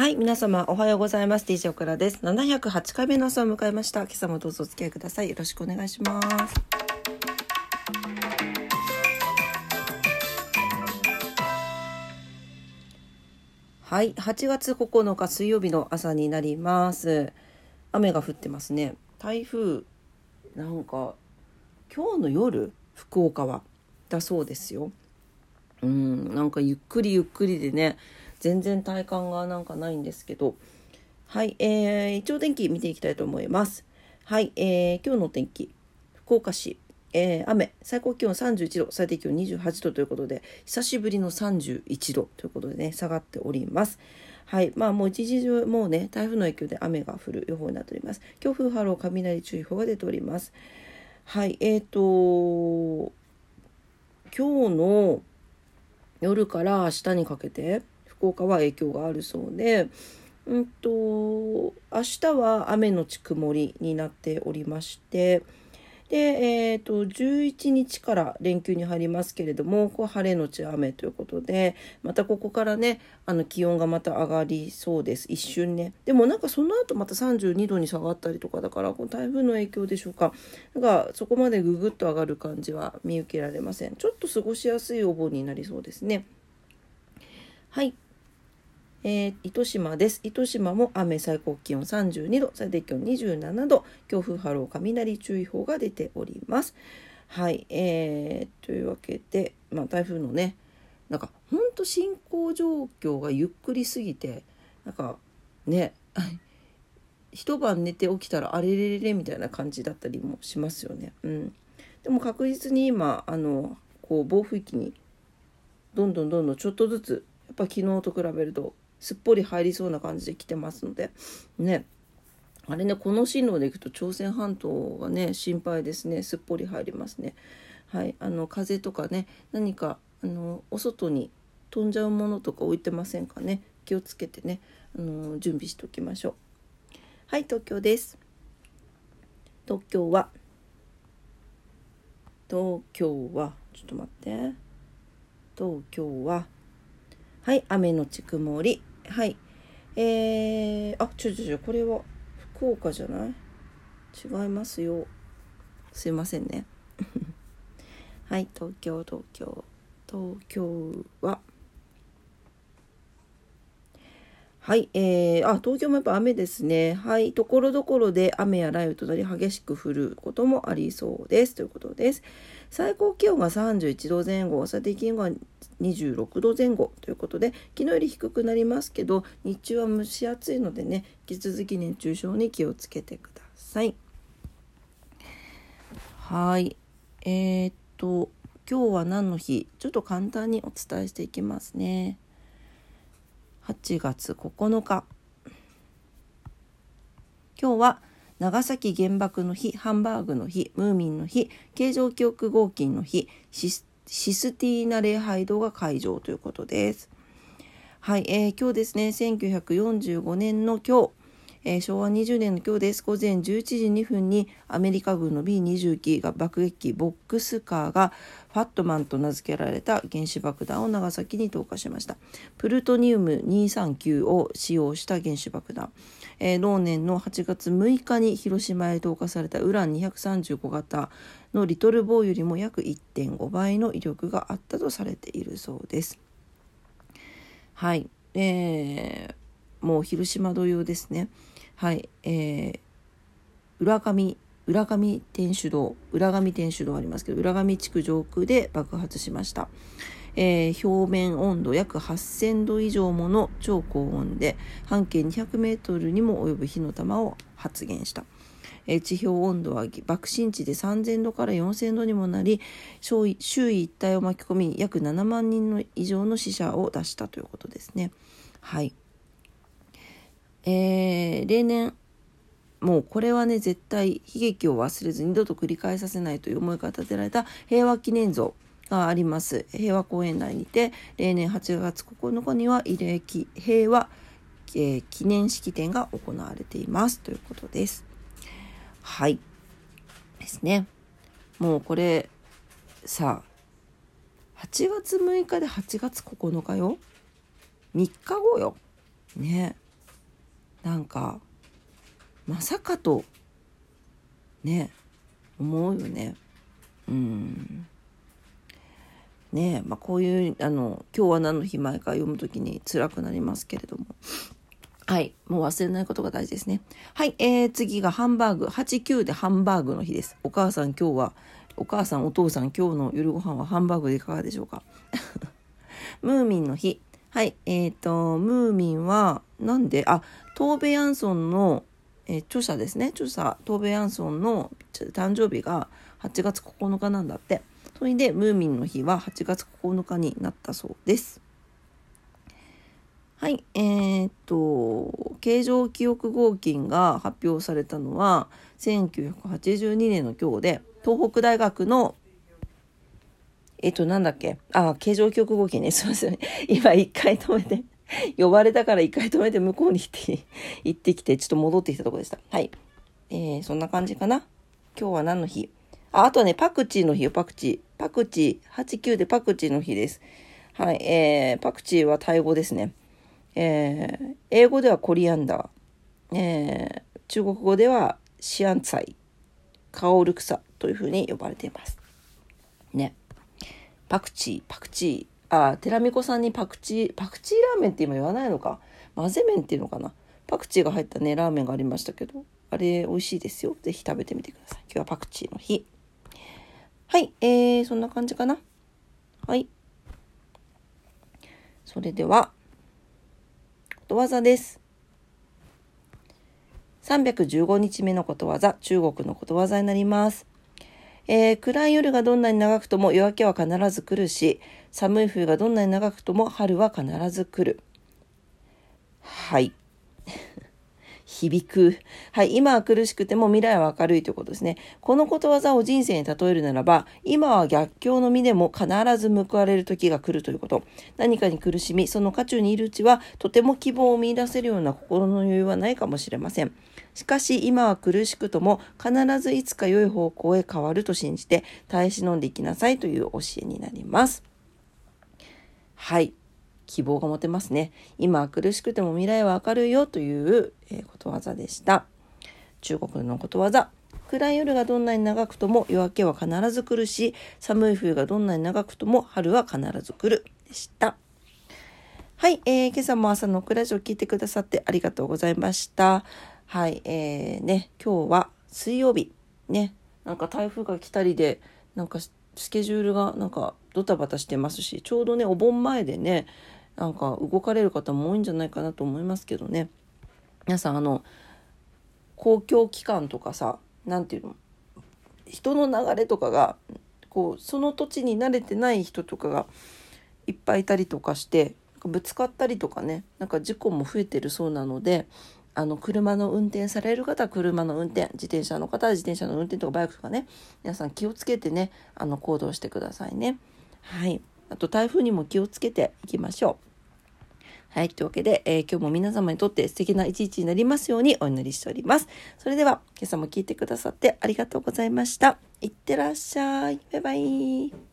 はい、皆様おはようございます。DJ オクラです。708回目の朝を迎えました。今朝もどうぞお付き合いください。よろしくお願いします。はい、8月9日水曜日の朝になります。雨が降ってますね。台風なんか今日の夜福岡はだそうですよ。なんかゆっくりでね、全然体感がなんかないんですけど、はい、一応天気見ていきたいと思います。はい、今日の天気、福岡市、雨、最高気温31度、最低気温28度ということで、久しぶりの31度ということでね、下がっております。はい、もう一時中もうね、台風の影響で雨が降る予報になっております。強風波浪雷注意報が出ております。はい、今日の夜から明日にかけて福岡は影響があるそうで、明日は雨のち曇りになっておりまして、で、11日から連休に入りますけれども、晴れのち雨ということで、またここからね、気温がまた上がりそうです。一瞬ね。でもなんかその後また32度に下がったりとかだから、この台風の影響でしょうか。なんかそこまでぐぐっと上がる感じは見受けられません。ちょっと過ごしやすいお盆になりそうですね。はい。糸島です。糸島も雨、最高気温32度、最低気温27度、強風波浪雷注意報が出ております。はい、というわけで、台風のね、なんかほんと進行状況がゆっくりすぎて、なんかね一晩寝て起きたらあれれれれみたいな感じだったりもしますよね。でも確実に今暴風域にどんどんちょっとずつやっぱ昨日と比べるとすっぽり入りそうな感じで来てますのでね、あれね、この進路でいくと朝鮮半島がね心配ですね。すっぽり入りますね。はい、風とかね、何かお外に飛んじゃうものとか置いてませんかね。気をつけてね、準備しておきましょう。はい、東京です。東京はちょっと待って、東京ははい、雨のち曇り。はい。これは福岡じゃない？違いますよ。すいませんね。はい、東京ははい、東京もやっぱ雨ですね。はい、ところどころで雨や雷雨となり激しく降ることもありそうですということです。最高気温が31度前後、最低気温が26度前後ということで、昨日より低くなりますけど、日中は蒸し暑いのでね、引き続き熱中症に気をつけてください。はい、今日は何の日？ちょっと簡単にお伝えしていきますね。8月9日。今日は長崎原爆の日、ハンバーグの日、ムーミンの日、形状記憶合金の日、システィーナ礼拝堂が開場ということです。はい、今日ですね、1945年の今日、昭和20年の今日です。午前11時2分にアメリカ軍の B-20 が爆撃機ボックスカーがファットマンと名付けられた原子爆弾を長崎に投下しました。プルトニウム239を使用した原子爆弾。同年の8月6日に広島へ投下されたウラン235型のリトルボーよりも約 1.5 倍の威力があったとされているそうです。はい、もう広島同様ですね。はい、浦上天主堂ありますけど、浦上地区上空で爆発しました。表面温度約8000度以上もの超高温で半径200メートルにも及ぶ火の玉を発現した。地表温度は爆心地で3000度から4000度にもなり、周囲一帯を巻き込み約7万人以上の死者を出したということですね。はい、例年もうこれはね、絶対悲劇を忘れず二度と繰り返させないという思いから建てられた平和記念像があります。平和公園内にて例年8月9日には慰霊平和、記念式典が行われていますということです。はいですね。もうこれさ、8月6日で8月9日よ。3日後よね。 なんかまさかとね思うよね。ねえ、こういう今日は何の日前か読むときに辛くなりますけれども、はい、もう忘れないことが大事ですね。はい、次がハンバーグ、89でハンバーグの日です。お母さんお父さん今日の夜ご飯はハンバーグでいかがでしょうか。ムーミンの日、はい、ムーミンはなんでトーベ・ヤンソンの、著者ですね。トーベ・ヤンソンの誕生日が8月9日なんだって。それでムーミンの日は8月9日になったそうです。はい、形状記憶合金が発表されたのは1982年の今日で、東北大学のなんだっけ、形状記憶合金ね、すいません。今一回止めて呼ばれたから一回止めて向こうに行ってきてちょっと戻ってきたところでした。はい、そんな感じかな。今日は何の日？あとね、パクチーの日よ。パクチー89でパクチーの日です。はい、パクチーはタイ語ですね。英語ではコリアンダー、中国語ではシアンツァイ、香る草というふうに呼ばれていますね。パクチー、テラミコさんにパクチーラーメンって今言わないのか、混ぜ麺っていうのかな。パクチーが入ったねラーメンがありましたけど、あれ美味しいですよ。ぜひ食べてみてください。今日はパクチーの日。はい、そんな感じかな。はい、それではことわざです。315日目のことわざ、中国のことわざになります。暗い夜がどんなに長くとも夜明けは必ず来るし、寒い冬がどんなに長くとも春は必ず来る。はい。響く。はい。今は苦しくても未来は明るいということですね。このことわざを人生に例えるならば、今は逆境の身でも必ず報われる時が来るということ。何かに苦しみ、その渦中にいるうちは、とても希望を見出せるような心の余裕はないかもしれません。しかし今は苦しくとも必ずいつか良い方向へ変わると信じて耐え忍んでいきなさいという教えになります。はい。希望が持てますね。今は苦しくても未来は明るいよという、ことわざでした。中国のことわざ。暗い夜がどんなに長くとも夜明けは必ず来るし、寒い冬がどんなに長くとも春は必ず来るでした。はい、今朝も朝のクラジオを聞いてくださってありがとうございました。はい、今日は水曜日ね、なんか台風が来たりでなんかスケジュールがなんかドタバタしてますし、ちょうどねお盆前でね、なんか動かれる方も多いんじゃないかなと思いますけどね。皆さん公共機関とかさ、なんていうの、人の流れとかがこうその土地に慣れてない人とかがいっぱいいたりとかしてぶつかったりとかね、なんか事故も増えてるそうなので、車の運転される方は車の運転、自転車の方は自転車の運転とかバイクとかね、皆さん気をつけてね行動してくださいね。はい。あと台風にも気をつけていきましょう。はい。というわけで、今日も皆様にとって素敵な一日になりますようにお祈りしております。それでは今朝も聞いてくださってありがとうございました。いってらっしゃい。バイバイ。